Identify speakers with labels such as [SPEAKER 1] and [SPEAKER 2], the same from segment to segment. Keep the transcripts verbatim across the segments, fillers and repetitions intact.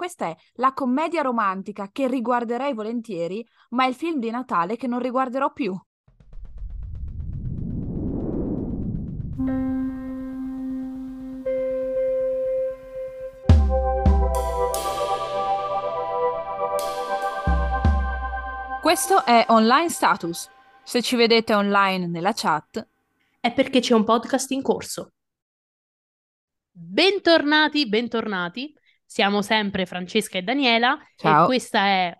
[SPEAKER 1] questa è la commedia romantica che riguarderei volentieri, ma è il film di Natale che non riguarderò più. Questo è Online Status. Se ci vedete online nella chat,
[SPEAKER 2] è perché c'è un podcast in corso. Bentornati, bentornati. Siamo sempre Francesca e Daniela e
[SPEAKER 1] ciao.
[SPEAKER 2] questa è,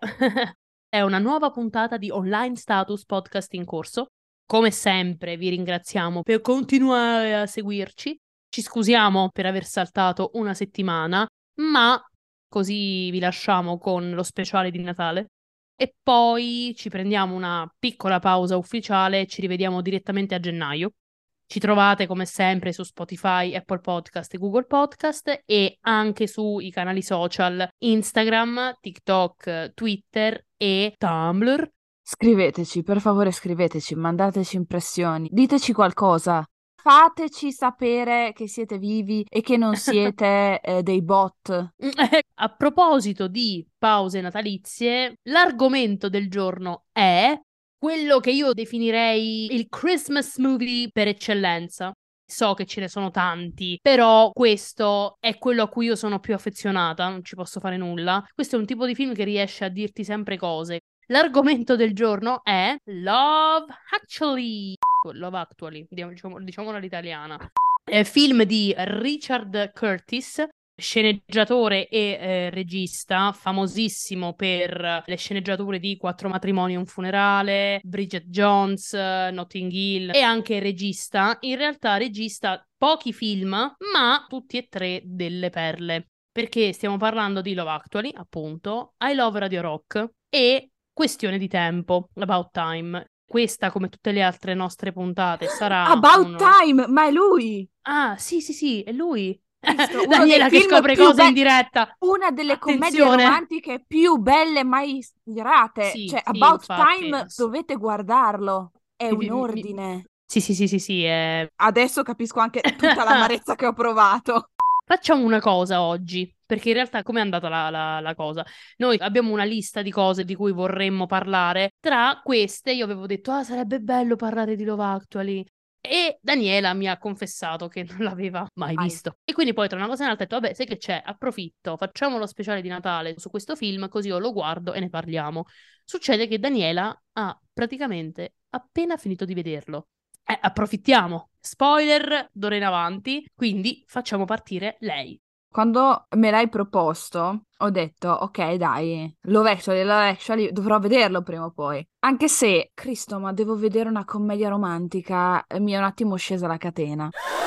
[SPEAKER 2] è una nuova puntata di Online Status Podcast in corso. Come sempre vi ringraziamo per continuare a seguirci. Ci scusiamo per aver saltato una settimana, ma così vi lasciamo con lo speciale di Natale. E poi ci prendiamo una piccola pausa ufficiale e ci rivediamo direttamente a gennaio. Ci trovate come sempre su Spotify, Apple Podcast e Google Podcast e anche sui canali social Instagram, TikTok, Twitter e Tumblr.
[SPEAKER 1] Scriveteci, per favore scriveteci, mandateci impressioni, diteci qualcosa. Fateci sapere che siete vivi e che non siete eh, dei bot.
[SPEAKER 2] A proposito di pause natalizie, l'argomento del giorno è quello che io definirei il Christmas movie per eccellenza. So che ce ne sono tanti, però questo è quello a cui io sono più affezionata, non ci posso fare nulla. Questo è un tipo di film che riesce a dirti sempre cose. L'argomento del giorno è Love Actually. Love Actually, diciamo, diciamola all'italiana. È film di Richard Curtis, sceneggiatore e eh, regista, famosissimo per le sceneggiature di Quattro matrimoni e un funerale, Bridget Jones, eh, Notting Hill, e anche regista. In realtà regista pochi film, ma tutti e tre delle perle. Perché stiamo parlando di Love Actually, appunto, I Love Radio Rock e Questione di tempo, About Time. Questa, come tutte le altre nostre puntate, sarà
[SPEAKER 1] About
[SPEAKER 2] un...
[SPEAKER 1] Time, ma è lui!
[SPEAKER 2] Ah, sì, sì, sì, è lui.
[SPEAKER 1] Visto, uno dei
[SPEAKER 2] Daniela che
[SPEAKER 1] film
[SPEAKER 2] scopre
[SPEAKER 1] più
[SPEAKER 2] cose in
[SPEAKER 1] belli,
[SPEAKER 2] diretta.
[SPEAKER 1] una delle commedie
[SPEAKER 2] Attenzione.
[SPEAKER 1] romantiche più belle mai ispirate.
[SPEAKER 2] Sì,
[SPEAKER 1] Cioè,
[SPEAKER 2] sì,
[SPEAKER 1] About
[SPEAKER 2] infatti.
[SPEAKER 1] Time
[SPEAKER 2] ass-
[SPEAKER 1] dovete guardarlo. È
[SPEAKER 2] mi-
[SPEAKER 1] un
[SPEAKER 2] mi- mi-
[SPEAKER 1] ordine.
[SPEAKER 2] Sì, sì, sì, sì, sì. è-
[SPEAKER 1] Adesso capisco anche tutta l'amarezza che ho provato.
[SPEAKER 2] Facciamo una cosa oggi, perché in realtà com'è andata la, la, la cosa? Noi abbiamo una lista di cose di cui vorremmo parlare. Tra queste io avevo detto, ah, sarebbe bello parlare di Love Actually. E Daniela mi ha confessato che non l'aveva mai
[SPEAKER 1] Vai.
[SPEAKER 2] visto. E quindi poi tra una cosa e un'altra ho detto, vabbè, sai che c'è? Approfitto, facciamo lo speciale di Natale su questo film, così io lo guardo e ne parliamo. Succede che Daniela ha praticamente appena finito di vederlo. Eh, approfittiamo. Spoiler d'ora in avanti, quindi facciamo partire lei.
[SPEAKER 1] Quando me l'hai proposto, ho detto, ok, dai, Love Actually, Love Actually, dovrò vederlo prima o poi. Anche se, Cristo, ma devo vedere una commedia romantica, eh, mi è un attimo scesa la catena.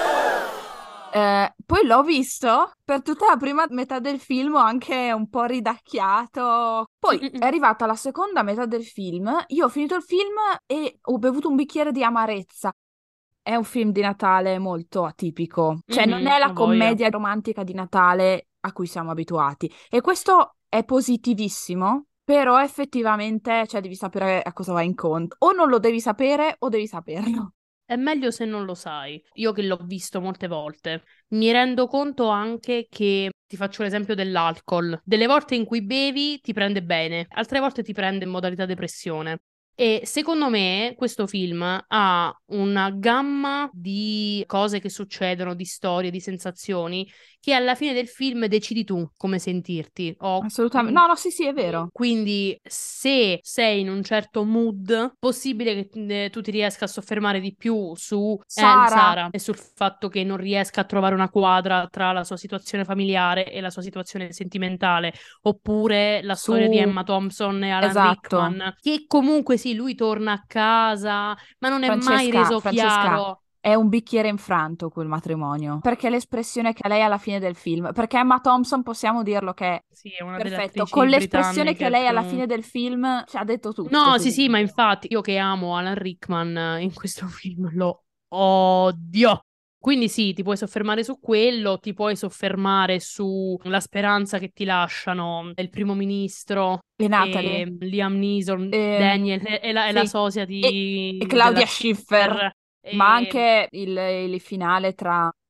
[SPEAKER 1] Eh, poi l'ho visto, per tutta la prima metà del film ho anche un po' ridacchiato. Poi è
[SPEAKER 2] Mm-mm.
[SPEAKER 1] arrivata la seconda metà del film, io ho finito il film e ho bevuto un bicchiere di amarezza. È un film di Natale molto atipico, cioè non è
[SPEAKER 2] Mhm,
[SPEAKER 1] la
[SPEAKER 2] ho voglia.
[SPEAKER 1] commedia romantica di Natale a cui siamo abituati. E questo è positivissimo, però effettivamente, cioè, devi sapere a cosa vai incontro. O non lo devi sapere o devi saperlo.
[SPEAKER 2] È meglio se non lo sai. Io che l'ho visto molte volte, mi rendo conto anche che ti faccio l'esempio dell'alcol. Delle volte in cui bevi ti prende bene, altre volte ti prende in modalità depressione. E secondo me questo film ha una gamma di cose che succedono, di storie, di sensazioni, che alla fine del film decidi tu come sentirti. O,
[SPEAKER 1] Assolutamente.
[SPEAKER 2] mm,
[SPEAKER 1] No, no, sì, sì, è vero.
[SPEAKER 2] quindi se sei in un certo mood, possibile che eh, tu ti riesca a soffermare di più su eh,
[SPEAKER 1] Sara,
[SPEAKER 2] Sara e sul fatto che non riesca a trovare una quadra tra la sua situazione familiare e la sua situazione sentimentale, oppure la storia di
[SPEAKER 1] su...
[SPEAKER 2] Emma Thompson e Alan
[SPEAKER 1] Esatto.
[SPEAKER 2] Rickman, che comunque sì, lui torna a casa, ma non è mai
[SPEAKER 1] Francesca,
[SPEAKER 2] reso
[SPEAKER 1] Francesca,
[SPEAKER 2] chiaro.
[SPEAKER 1] è un bicchiere infranto quel matrimonio. Perché l'espressione che ha lei alla fine del film, perché Emma Thompson possiamo dirlo che è
[SPEAKER 2] Sì, è una delle
[SPEAKER 1] perfetto, con
[SPEAKER 2] attrici
[SPEAKER 1] l'espressione che
[SPEAKER 2] britanniche
[SPEAKER 1] lei alla
[SPEAKER 2] più...
[SPEAKER 1] fine del film ci ha detto tutto,
[SPEAKER 2] No, sì, sì, ma
[SPEAKER 1] secondo me.
[SPEAKER 2] infatti io che amo Alan Rickman eh, in questo film lo odio. Quindi sì, ti puoi soffermare su quello, ti puoi soffermare sulla speranza che ti lasciano il primo ministro
[SPEAKER 1] E Natalie,
[SPEAKER 2] e Liam Neeson,
[SPEAKER 1] ehm,
[SPEAKER 2] Daniel e la, e la
[SPEAKER 1] sì,
[SPEAKER 2] sosia
[SPEAKER 1] e, e
[SPEAKER 2] di, della
[SPEAKER 1] Claudia Schiffer,
[SPEAKER 2] Schiffer.
[SPEAKER 1] ma
[SPEAKER 2] E...
[SPEAKER 1] anche il, il finale tra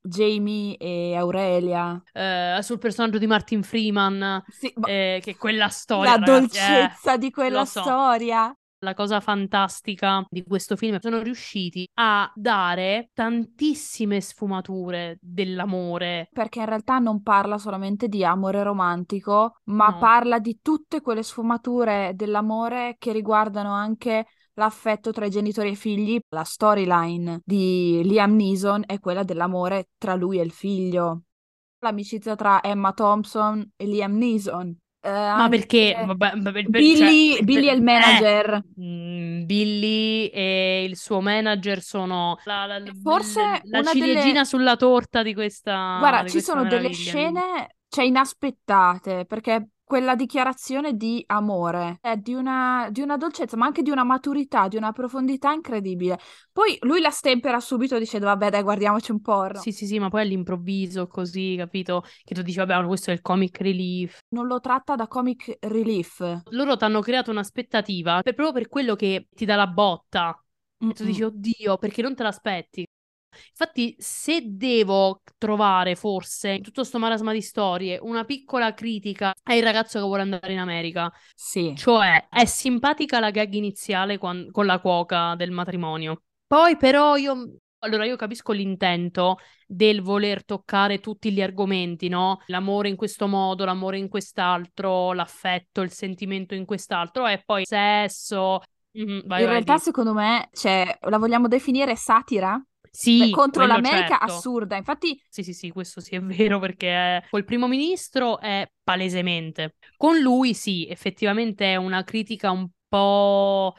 [SPEAKER 1] Jamie e Aurelia.
[SPEAKER 2] Eh, sul personaggio di Martin Freeman,
[SPEAKER 1] Sì, ma
[SPEAKER 2] eh, che quella storia,
[SPEAKER 1] la
[SPEAKER 2] ragazzi, eh,
[SPEAKER 1] dolcezza di quella
[SPEAKER 2] lo so.
[SPEAKER 1] storia.
[SPEAKER 2] La cosa fantastica di questo film è che sono riusciti a dare tantissime sfumature dell'amore.
[SPEAKER 1] Perché in realtà non parla solamente di amore romantico, ma
[SPEAKER 2] No,
[SPEAKER 1] parla di tutte quelle sfumature dell'amore che riguardano anche l'affetto tra i genitori e i figli. La storyline di Liam Neeson è quella dell'amore tra lui e il figlio. L'amicizia tra Emma Thompson e Liam Neeson. Eh,
[SPEAKER 2] ma perché?
[SPEAKER 1] anche
[SPEAKER 2] Vabbè, vabbè, per- cioè,
[SPEAKER 1] Billy, Billy è il
[SPEAKER 2] eh,
[SPEAKER 1] manager.
[SPEAKER 2] mm, Billy e il suo manager sono la, la-
[SPEAKER 1] È
[SPEAKER 2] la-
[SPEAKER 1] forse
[SPEAKER 2] la
[SPEAKER 1] una delle...
[SPEAKER 2] ciliegina sulla torta di questa,
[SPEAKER 1] Guarda,
[SPEAKER 2] di
[SPEAKER 1] ci
[SPEAKER 2] questa
[SPEAKER 1] sono delle
[SPEAKER 2] meraviglia.
[SPEAKER 1] scene, cioè, inaspettate, perché quella dichiarazione di amore è di una, di una dolcezza, ma anche di una maturità, di una profondità incredibile. Poi lui la stempera subito dicendo, vabbè, dai, guardiamoci un porno.
[SPEAKER 2] Sì, sì, sì, ma poi all'improvviso, così, capito? Che tu dici, vabbè, ma questo è il comic relief.
[SPEAKER 1] Non lo tratta da comic relief.
[SPEAKER 2] Loro ti hanno creato un'aspettativa per- proprio per quello che ti dà la botta. E tu dici,
[SPEAKER 1] Mm-mm.
[SPEAKER 2] oddio, perché non te l'aspetti. Infatti, se devo trovare forse in tutto sto marasma di storie una piccola critica è il ragazzo che vuole andare in America.
[SPEAKER 1] Sì.
[SPEAKER 2] Cioè, è simpatica la gag iniziale quan- con la cuoca del matrimonio. Poi, però, io. Allora, io capisco l'intento del voler toccare tutti gli argomenti, no? L'amore in questo modo, l'amore in quest'altro, l'affetto, il sentimento in quest'altro, e poi sesso. Mhm, vai,
[SPEAKER 1] In
[SPEAKER 2] vai,
[SPEAKER 1] realtà,
[SPEAKER 2] di.
[SPEAKER 1] secondo me, cioè, la vogliamo definire satira? Beh,
[SPEAKER 2] Sì,
[SPEAKER 1] contro
[SPEAKER 2] quello
[SPEAKER 1] l'America
[SPEAKER 2] certo.
[SPEAKER 1] assurda. Infatti,
[SPEAKER 2] Sì, sì, sì, questo sì è vero perché col primo ministro è palesemente. Con lui sì, effettivamente è una critica un po'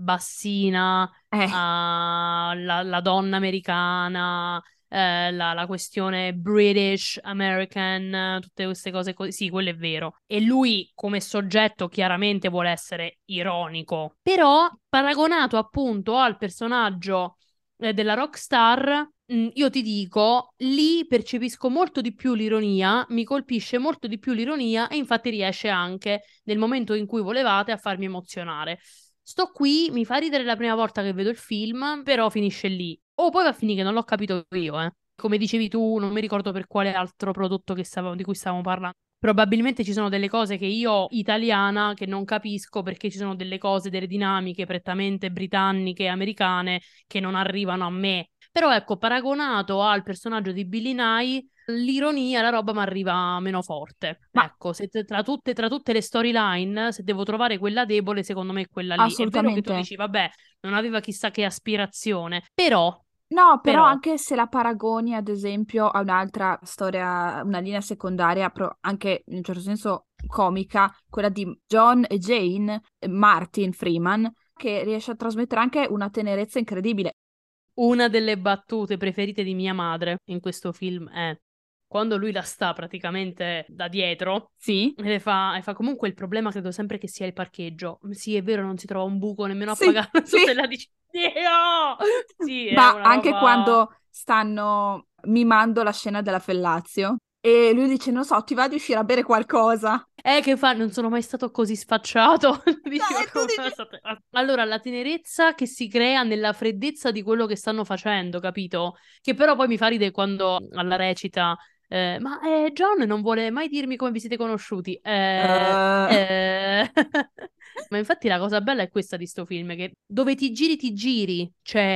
[SPEAKER 2] bassina
[SPEAKER 1] eh,
[SPEAKER 2] alla alla donna americana, eh, la, la questione British, American, tutte queste cose così. Sì, quello è vero. E lui come soggetto chiaramente vuole essere ironico, però paragonato appunto al personaggio eh, della rockstar, mh, io ti dico, lì percepisco molto di più l'ironia, mi colpisce molto di più l'ironia e infatti riesce anche nel momento in cui volevate a farmi emozionare. Sto qui, mi fa ridere la prima volta che vedo il film, però finisce lì. O poi va a finire che non l'ho capito io, eh. Come dicevi tu, non mi ricordo per quale altro prodotto che stavo- di cui stavamo parlando. Probabilmente ci sono delle cose che io, italiana, che non capisco perché ci sono delle cose, delle dinamiche prettamente britanniche e americane che non arrivano a me. Però ecco, paragonato al personaggio di Billy Nye, l'ironia, la roba mi arriva meno forte.
[SPEAKER 1] ma
[SPEAKER 2] Ecco, se te- tra tutte, tra tutte le storyline, se devo trovare quella debole, secondo me è quella lì. È vero che tu
[SPEAKER 1] assolutamente.
[SPEAKER 2] dici, vabbè, non aveva chissà che aspirazione, però,
[SPEAKER 1] No, però
[SPEAKER 2] però,
[SPEAKER 1] anche se la paragoni, ad esempio, a un'altra storia, una linea secondaria, pro- anche in un certo senso comica, quella di John e Jane, eh, Martin Freeman, che riesce a trasmettere anche una tenerezza incredibile.
[SPEAKER 2] una delle battute preferite di mia madre in questo film è quando lui la sta praticamente da dietro
[SPEAKER 1] Sì?
[SPEAKER 2] e le fa, e fa comunque il problema credo sempre che sia il parcheggio. Sì, è vero, non si trova un buco nemmeno a
[SPEAKER 1] Sì,
[SPEAKER 2] pagare. Non so
[SPEAKER 1] sì.
[SPEAKER 2] se la dici. Dio! Sì, è
[SPEAKER 1] Ma
[SPEAKER 2] una
[SPEAKER 1] anche
[SPEAKER 2] roba.
[SPEAKER 1] quando stanno mimando la scena della Fellazio e lui dice, non so, ti va di uscire a bere qualcosa?
[SPEAKER 2] Eh, che fa? Non sono mai stato così sfacciato.
[SPEAKER 1] No,
[SPEAKER 2] Dici, ma
[SPEAKER 1] e tu
[SPEAKER 2] come
[SPEAKER 1] dici...
[SPEAKER 2] state- Allora, la tenerezza che si crea nella freddezza di quello che stanno facendo, capito? Che però poi mi fa ridere quando alla recita. eh, ma eh, John non vuole mai dirmi come vi siete conosciuti. Eh,
[SPEAKER 1] "Eh,
[SPEAKER 2] eh. Ma infatti la cosa bella è questa di sto film, che dove ti giri ti giri,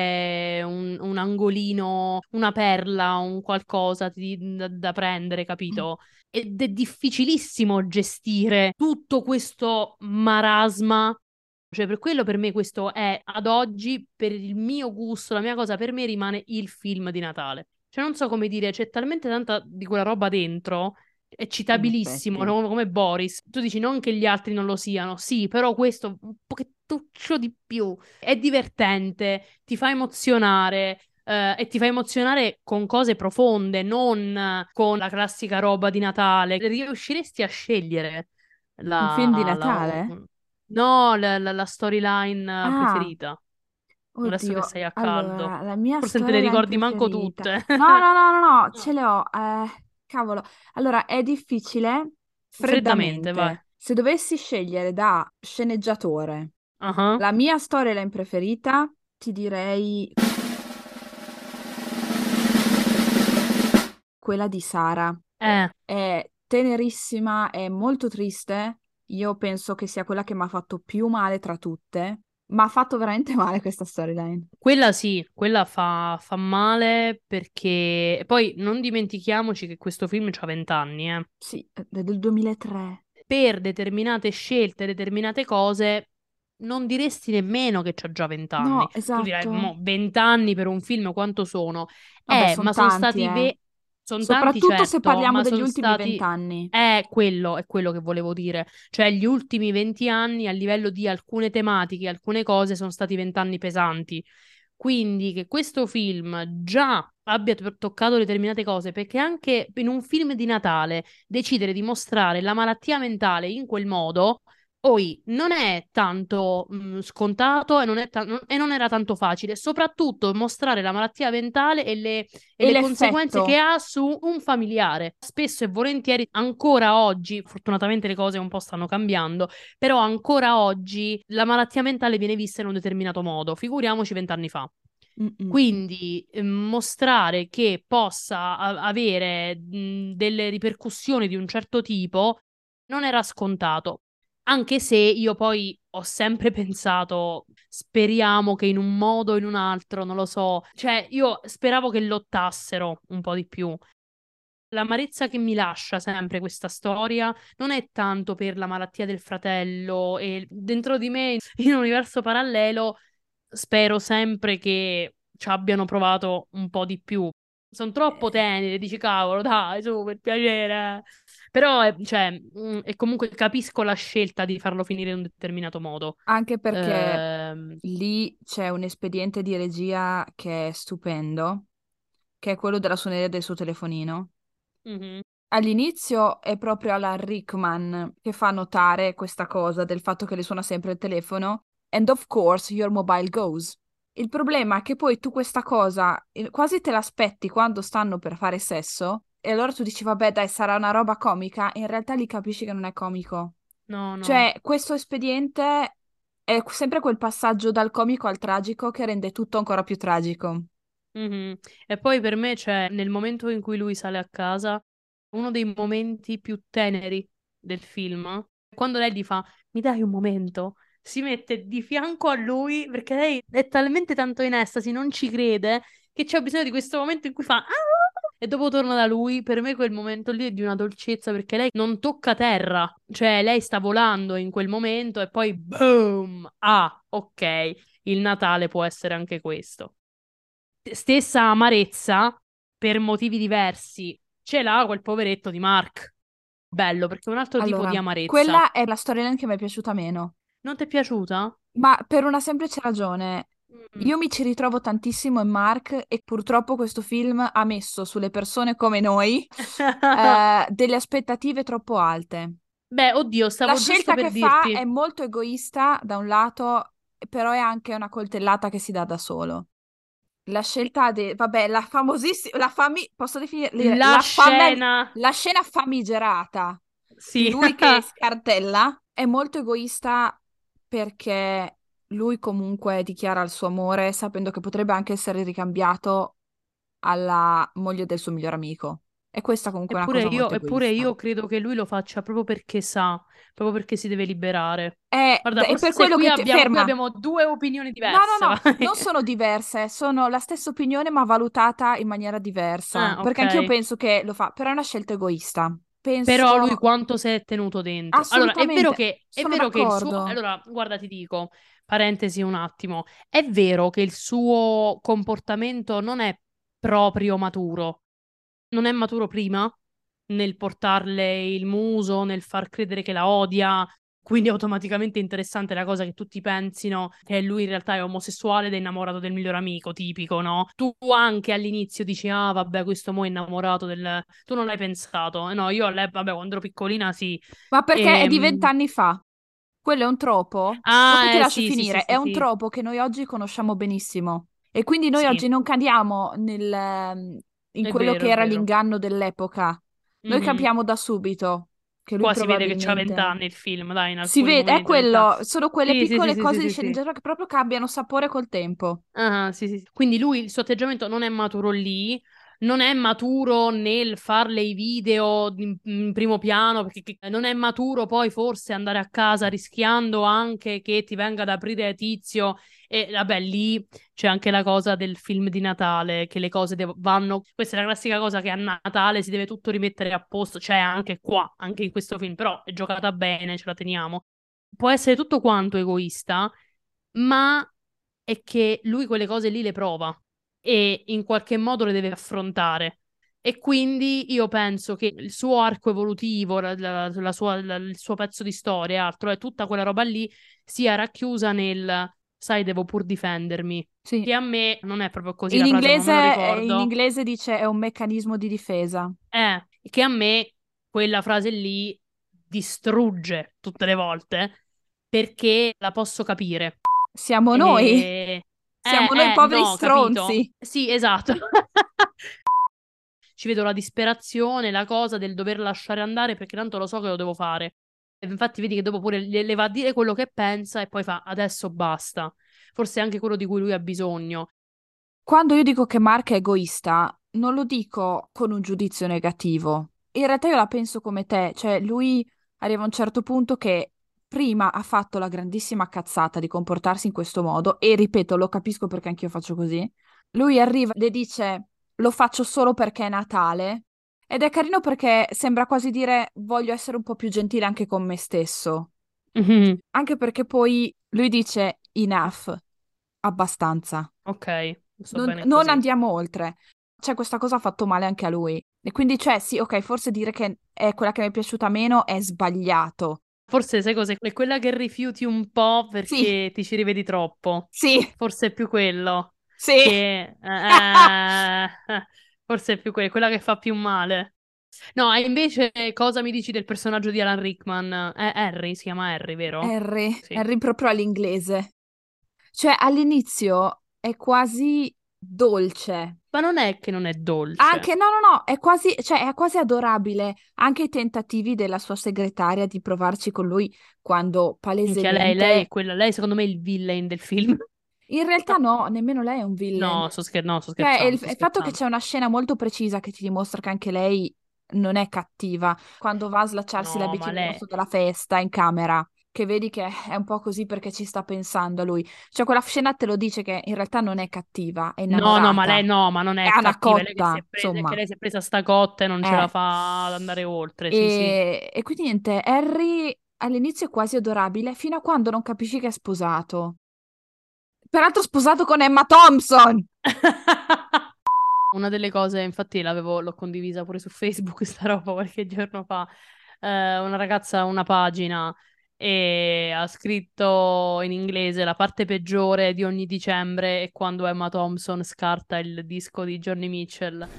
[SPEAKER 2] c'è un, un angolino, una perla, un qualcosa di- da, da prendere, capito? Ed è difficilissimo gestire tutto questo marasma. Cioè, per quello per me questo è, ad oggi, per il mio gusto, la mia cosa, per me rimane il film di Natale. Cioè, non so come dire, c'è talmente tanta di quella roba dentro, è
[SPEAKER 1] in
[SPEAKER 2] citabilissimo,
[SPEAKER 1] effetti.
[SPEAKER 2] no? Come Boris. Tu dici non che gli altri non lo siano, sì, però questo un pochettuccio di più. È divertente, ti fa emozionare, eh, e ti fa emozionare con cose profonde, non eh, con la classica roba di Natale. Riusciresti a scegliere
[SPEAKER 1] Un film di
[SPEAKER 2] la, la-
[SPEAKER 1] Natale?
[SPEAKER 2] no, la, la- la storyline eh,
[SPEAKER 1] Ah,
[SPEAKER 2] preferita? Adesso che
[SPEAKER 1] oddio.
[SPEAKER 2] sei a caldo.
[SPEAKER 1] Allora, la mia
[SPEAKER 2] Forse non te le
[SPEAKER 1] storyline
[SPEAKER 2] ricordi manco
[SPEAKER 1] preferita.
[SPEAKER 2] tutte.
[SPEAKER 1] No, no, no, no, no, ce
[SPEAKER 2] No.
[SPEAKER 1] le ho. Eh, cavolo. Allora, è difficile,
[SPEAKER 2] Freddamente, vai.
[SPEAKER 1] freddamente. Se dovessi scegliere da sceneggiatore
[SPEAKER 2] Ah.
[SPEAKER 1] la mia storyline preferita, ti direi quella di Sara.
[SPEAKER 2] Eh,
[SPEAKER 1] È tenerissima, è molto triste. Io penso che sia quella che mi ha fatto più male tra tutte. Ma ha fatto veramente male questa storyline.
[SPEAKER 2] quella sì, quella fa, fa male perché... e poi non dimentichiamoci che questo film ha venti anni, eh.
[SPEAKER 1] Sì, è del duemilatré.
[SPEAKER 2] Per determinate scelte, determinate cose, non diresti nemmeno che c'ha già venti anni.
[SPEAKER 1] No,
[SPEAKER 2] Tu dirai,
[SPEAKER 1] esatto.
[SPEAKER 2] mo, venti anni per un film quanto sono?
[SPEAKER 1] Vabbè,
[SPEAKER 2] Eh,
[SPEAKER 1] sono
[SPEAKER 2] ma sono
[SPEAKER 1] tanti,
[SPEAKER 2] stati...
[SPEAKER 1] eh.
[SPEAKER 2] Ve- sono tanti,
[SPEAKER 1] Soprattutto se
[SPEAKER 2] certo,
[SPEAKER 1] parliamo
[SPEAKER 2] ma
[SPEAKER 1] degli
[SPEAKER 2] sono
[SPEAKER 1] ultimi
[SPEAKER 2] stati...
[SPEAKER 1] vent'anni.
[SPEAKER 2] È quello, è quello che volevo dire. Cioè, gli ultimi venti anni a livello di alcune tematiche, alcune cose, sono stati venti anni pesanti. Quindi che questo film già abbia to- toccato determinate cose, perché anche in un film di Natale decidere di mostrare la malattia mentale in quel modo, poi non è tanto mh, scontato e non, è ta- non- e non era tanto facile, soprattutto mostrare la malattia mentale e le, e
[SPEAKER 1] E
[SPEAKER 2] le conseguenze che
[SPEAKER 1] l'effetto.
[SPEAKER 2] ha su un familiare. Spesso e volentieri, ancora oggi, fortunatamente le cose un po' stanno cambiando, però ancora oggi la malattia mentale viene vista in un determinato modo, figuriamoci vent'anni fa.
[SPEAKER 1] Mm-mm.
[SPEAKER 2] Quindi eh, mostrare che possa a- avere mh, delle ripercussioni di un certo tipo non era scontato. Anche se io poi ho sempre pensato, speriamo che in un modo o in un altro, non lo so, cioè io speravo che lottassero un po' di più. L'amarezza che mi lascia sempre questa storia non è tanto per la malattia del fratello e dentro di me, in un universo parallelo, spero sempre che ci abbiano provato un po' di più. Sono troppo
[SPEAKER 1] Eh,
[SPEAKER 2] tenere, dici cavolo, dai, su, per piacere. Però, è, cioè, mh, e comunque capisco la scelta di farlo finire in un determinato modo.
[SPEAKER 1] Anche perché
[SPEAKER 2] Ehm,
[SPEAKER 1] lì c'è un espediente di regia che è stupendo, che è quello della suoneria del suo telefonino.
[SPEAKER 2] mhm.
[SPEAKER 1] All'inizio è proprio Alan Rickman che fa notare questa cosa del fatto che le suona sempre il telefono. And of course your mobile goes. Il problema è che poi tu questa cosa eh, quasi te l'aspetti quando stanno per fare sesso e allora tu dici vabbè dai sarà una roba comica e in realtà lì capisci che non è comico.
[SPEAKER 2] No, no.
[SPEAKER 1] Cioè questo espediente è sempre quel passaggio dal comico al tragico che rende tutto ancora più tragico.
[SPEAKER 2] Mhm. E poi per me c'è nel momento in cui lui sale a casa, uno dei momenti più teneri del film, quando lei gli fa, mi dai un momento? Si mette di fianco a lui perché lei è talmente tanto in estasi, non ci crede, che c'è bisogno di questo momento in cui fa... "Ah!" E dopo torna da lui, per me quel momento lì è di una dolcezza perché lei non tocca terra, cioè lei sta volando in quel momento e poi boom! Ah, ok, il Natale può essere anche questo. Stessa amarezza, per motivi diversi, ce l'ha quel poveretto di Mark. Bello, perché è un altro tipo di
[SPEAKER 1] Allora,
[SPEAKER 2] amarezza.
[SPEAKER 1] quella è la storyline che mi è piaciuta meno.
[SPEAKER 2] Non ti è piaciuta?
[SPEAKER 1] Ma per una semplice ragione,
[SPEAKER 2] Mm.
[SPEAKER 1] io mi ci ritrovo tantissimo in Mark e purtroppo questo film ha messo sulle persone come noi eh, delle aspettative troppo alte.
[SPEAKER 2] Beh, oddio,
[SPEAKER 1] La
[SPEAKER 2] stavo giusto
[SPEAKER 1] scelta
[SPEAKER 2] per
[SPEAKER 1] che fa è
[SPEAKER 2] dirti.
[SPEAKER 1] molto egoista da un lato, però è anche una coltellata che si dà da solo. La scelta de... vabbè, la famosissima, la fami... posso definire
[SPEAKER 2] La
[SPEAKER 1] la fama-
[SPEAKER 2] scena.
[SPEAKER 1] la scena famigerata di
[SPEAKER 2] Sì.
[SPEAKER 1] lui che scartella è molto egoista perché lui comunque dichiara il suo amore sapendo che potrebbe anche essere ricambiato alla moglie del suo miglior amico. E questa comunque è una
[SPEAKER 2] Eppure
[SPEAKER 1] cosa
[SPEAKER 2] io,
[SPEAKER 1] molto
[SPEAKER 2] eppure
[SPEAKER 1] egoista.
[SPEAKER 2] io credo che lui lo faccia proprio perché sa, proprio perché si deve liberare.
[SPEAKER 1] È,
[SPEAKER 2] Guarda,
[SPEAKER 1] è per
[SPEAKER 2] forse
[SPEAKER 1] quello
[SPEAKER 2] qui
[SPEAKER 1] che ti...
[SPEAKER 2] abbiamo, qui
[SPEAKER 1] Ferma!
[SPEAKER 2] abbiamo due opinioni
[SPEAKER 1] No, no,
[SPEAKER 2] diverse.
[SPEAKER 1] no,
[SPEAKER 2] Vai.
[SPEAKER 1] non sono diverse, sono la stessa opinione ma valutata in maniera diversa,
[SPEAKER 2] Ah,
[SPEAKER 1] perché anch'io
[SPEAKER 2] ok.
[SPEAKER 1] penso che lo fa, però è una scelta egoista.
[SPEAKER 2] Però
[SPEAKER 1] Penso
[SPEAKER 2] lui quanto si è tenuto dentro. Allora, è vero
[SPEAKER 1] assolutamente,
[SPEAKER 2] che, è
[SPEAKER 1] sono
[SPEAKER 2] vero che il suo...
[SPEAKER 1] d'accordo.
[SPEAKER 2] Allora, guarda, ti dico, parentesi un attimo, è vero che il suo comportamento non è proprio maturo. Non è maturo prima nel portarle il muso, nel far credere che la odia. Quindi automaticamente è interessante la cosa che tutti pensino che lui in realtà è omosessuale ed è innamorato del miglior amico, tipico, no? Tu anche all'inizio dici, ah, vabbè, questo mo è innamorato del... Tu non l'hai pensato. Eh, no, io all'epoca, vabbè, quando ero piccolina sì.
[SPEAKER 1] Ma perché è di
[SPEAKER 2] Ehm...
[SPEAKER 1] vent'anni fa? Quello è un tropo? Dopo ti
[SPEAKER 2] Ah, eh,
[SPEAKER 1] lascio
[SPEAKER 2] sì, sì, sì,
[SPEAKER 1] finire, è
[SPEAKER 2] sì,
[SPEAKER 1] un
[SPEAKER 2] sì.
[SPEAKER 1] tropo che noi oggi conosciamo benissimo. E quindi noi
[SPEAKER 2] Sì,
[SPEAKER 1] oggi non cadiamo nel, ehm, in
[SPEAKER 2] è
[SPEAKER 1] quello
[SPEAKER 2] vero,
[SPEAKER 1] che
[SPEAKER 2] è
[SPEAKER 1] era
[SPEAKER 2] vero.
[SPEAKER 1] l'inganno dell'epoca. Noi
[SPEAKER 2] Mhm.
[SPEAKER 1] capiamo da subito che lui
[SPEAKER 2] Qua si vede che c'ha
[SPEAKER 1] probabilmente...
[SPEAKER 2] vent'anni il film, dai, in
[SPEAKER 1] Si
[SPEAKER 2] alcuni
[SPEAKER 1] vede, è
[SPEAKER 2] momenti vent'anni.
[SPEAKER 1] quello, sono quelle
[SPEAKER 2] Sì, sì, sì,
[SPEAKER 1] piccole
[SPEAKER 2] sì, sì,
[SPEAKER 1] cose di
[SPEAKER 2] sì, sì.
[SPEAKER 1] sceneggiatura che proprio cambiano sapore col tempo.
[SPEAKER 2] Ah, sì, sì, sì. Quindi lui, il suo atteggiamento non è maturo lì. non è maturo nel farle i video in, in primo piano, perché non è maturo poi forse andare a casa rischiando anche che ti venga ad aprire Tizio. E vabbè, lì c'è anche la cosa del film di Natale, che le cose devo- vanno... Questa è la classica cosa che a Natale si deve tutto rimettere a posto, c'è anche qua, anche in questo film, però è giocata bene, ce la teniamo. Può essere tutto quanto egoista, ma è che lui quelle cose lì le prova e in qualche modo le deve affrontare. E quindi io penso che il suo arco evolutivo, la, la- la sua- la- il suo pezzo di storia e altro, e tutta quella roba lì sia racchiusa nel, sai, devo pur difendermi.
[SPEAKER 1] Sì.
[SPEAKER 2] Che a me non è proprio così
[SPEAKER 1] In
[SPEAKER 2] la frase, ma me lo
[SPEAKER 1] inglese, eh, in
[SPEAKER 2] ricordo.
[SPEAKER 1] inglese dice è un meccanismo di difesa.
[SPEAKER 2] Eh, che a me quella frase lì distrugge tutte le volte perché la posso capire.
[SPEAKER 1] Siamo noi.
[SPEAKER 2] E...
[SPEAKER 1] Siamo
[SPEAKER 2] Eh,
[SPEAKER 1] noi
[SPEAKER 2] eh,
[SPEAKER 1] poveri
[SPEAKER 2] no, capito?
[SPEAKER 1] stronzi.
[SPEAKER 2] Sì, esatto. Ci vedo la disperazione, la cosa del dover lasciare andare perché tanto lo so che lo devo fare. E infatti vedi che dopo pure le, le va a dire quello che pensa e poi fa adesso basta. Forse è anche quello di cui lui ha bisogno.
[SPEAKER 1] Quando io dico che Mark è egoista, non lo dico con un giudizio negativo. In realtà io la penso come te, cioè lui arriva a un certo punto che prima ha fatto la grandissima cazzata di comportarsi in questo modo e ripeto, lo capisco perché anch'io faccio così. Lui arriva e le dice lo faccio solo perché è Natale ed è carino perché sembra quasi dire voglio essere un po' più gentile anche con me stesso.
[SPEAKER 2] Mhm.
[SPEAKER 1] Anche perché poi lui dice enough, abbastanza.
[SPEAKER 2] Ok, sto
[SPEAKER 1] Non,
[SPEAKER 2] bene
[SPEAKER 1] non
[SPEAKER 2] così.
[SPEAKER 1] andiamo oltre. Cioè, questa cosa ha fatto male anche a lui. E quindi, cioè, sì, ok, forse dire che è quella che mi è piaciuta meno è sbagliato.
[SPEAKER 2] Forse sai cos'è? È quella che rifiuti un po'
[SPEAKER 1] Sì,
[SPEAKER 2] perché ti ci rivedi troppo.
[SPEAKER 1] sì,
[SPEAKER 2] Forse è più quello.
[SPEAKER 1] sì.
[SPEAKER 2] Che... eh, eh, forse è più que- quella che fa più male. No, e invece cosa mi dici del personaggio di Alan Rickman? È Harry, si chiama Harry, vero?
[SPEAKER 1] Harry,
[SPEAKER 2] Sì.
[SPEAKER 1] Harry proprio all'inglese. Cioè, all'inizio è quasi dolce.
[SPEAKER 2] Ma non è che non è dolce.
[SPEAKER 1] Anche, no, no, no, è quasi, cioè, è quasi adorabile. Anche i tentativi della sua segretaria di provarci con lui quando
[SPEAKER 2] Minchia, lei, lei è
[SPEAKER 1] palesemente...
[SPEAKER 2] quella, lei secondo me è il villain del film.
[SPEAKER 1] In realtà no, nemmeno lei è un villain.
[SPEAKER 2] No, sto scher- no, sto
[SPEAKER 1] Cioè, il,
[SPEAKER 2] scherzando, sto
[SPEAKER 1] il fatto che
[SPEAKER 2] scherzando.
[SPEAKER 1] c'è una scena molto precisa che ti dimostra che anche lei non è cattiva, quando va a slacciarsi
[SPEAKER 2] No, ma
[SPEAKER 1] l'abito
[SPEAKER 2] lei...
[SPEAKER 1] rosso della festa in camera, che vedi che è un po' così perché ci sta pensando a lui. Cioè, quella scena te lo dice che in realtà non è cattiva, è
[SPEAKER 2] No, no, ma lei
[SPEAKER 1] innamorata,
[SPEAKER 2] no, ma non
[SPEAKER 1] è
[SPEAKER 2] è
[SPEAKER 1] una
[SPEAKER 2] cattiva. È lei che si
[SPEAKER 1] cotta,
[SPEAKER 2] è presa, è che
[SPEAKER 1] insomma.
[SPEAKER 2] lei si è presa sta cotta e non ce la
[SPEAKER 1] Eh.
[SPEAKER 2] fa ad andare oltre, sì, sì.
[SPEAKER 1] E, e quindi niente, Harry all'inizio è quasi adorabile, fino a quando non capisci che è sposato. Peraltro sposato con Emma Thompson!
[SPEAKER 2] Una delle cose, infatti, l'avevo, l'ho condivisa pure su Facebook, sta roba qualche giorno fa. Eh, una ragazza ha una pagina e ha scritto in inglese la parte peggiore di ogni dicembre è quando Emma Thompson scarta il disco di Johnny Mitchell.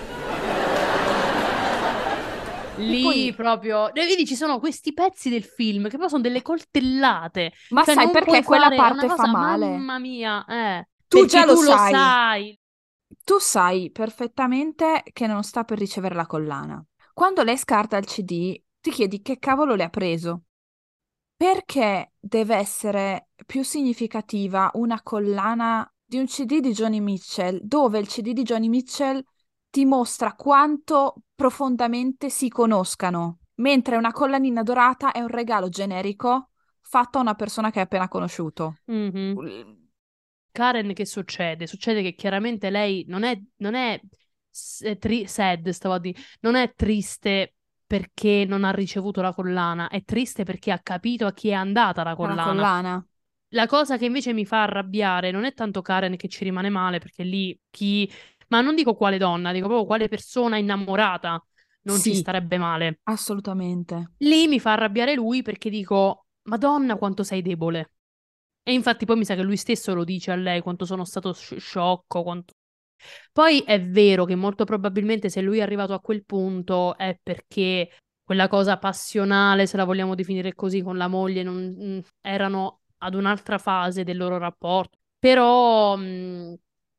[SPEAKER 1] E
[SPEAKER 2] Lì
[SPEAKER 1] poi,
[SPEAKER 2] proprio, e vedi, ci sono questi pezzi del film che però sono delle coltellate,
[SPEAKER 1] ma
[SPEAKER 2] cioè
[SPEAKER 1] sai
[SPEAKER 2] non
[SPEAKER 1] perché
[SPEAKER 2] puoi
[SPEAKER 1] quella
[SPEAKER 2] fare, è una
[SPEAKER 1] parte fa
[SPEAKER 2] cosa,
[SPEAKER 1] male?
[SPEAKER 2] mamma mia, eh,
[SPEAKER 1] Tu già
[SPEAKER 2] perché
[SPEAKER 1] lo
[SPEAKER 2] tu lo
[SPEAKER 1] sai.
[SPEAKER 2] sai.
[SPEAKER 1] Tu sai perfettamente che non sta per ricevere la collana. Quando lei scarta il C D, ti chiedi che cavolo le ha preso. Perché deve essere più significativa una collana di un C D di Johnny Mitchell, dove il C D di Johnny Mitchell ti mostra quanto profondamente si conoscano, mentre una collanina dorata è un regalo generico fatto a una persona che hai appena conosciuto.
[SPEAKER 2] Mhm. Karen, che succede? Succede che chiaramente lei non è, non è s- tri- sad, stavo a dire, non è triste perché non ha ricevuto la collana, è triste perché ha capito a chi è andata la
[SPEAKER 1] È la
[SPEAKER 2] collana.
[SPEAKER 1] collana.
[SPEAKER 2] La cosa che invece mi fa arrabbiare non è tanto Karen che ci rimane male, perché lì chi... Ma non dico quale donna, dico proprio quale persona innamorata non ci
[SPEAKER 1] Sì,
[SPEAKER 2] starebbe male.
[SPEAKER 1] assolutamente.
[SPEAKER 2] Lì mi fa arrabbiare lui perché dico, Madonna, quanto sei debole. E infatti poi mi sa che lui stesso lo dice a lei quanto sono stato sci- sciocco, quanto... Poi è vero che molto probabilmente se lui è arrivato a quel punto è perché quella cosa passionale, se la vogliamo definire così, con la moglie non, mm, erano ad un'altra fase del loro rapporto. Però, mm,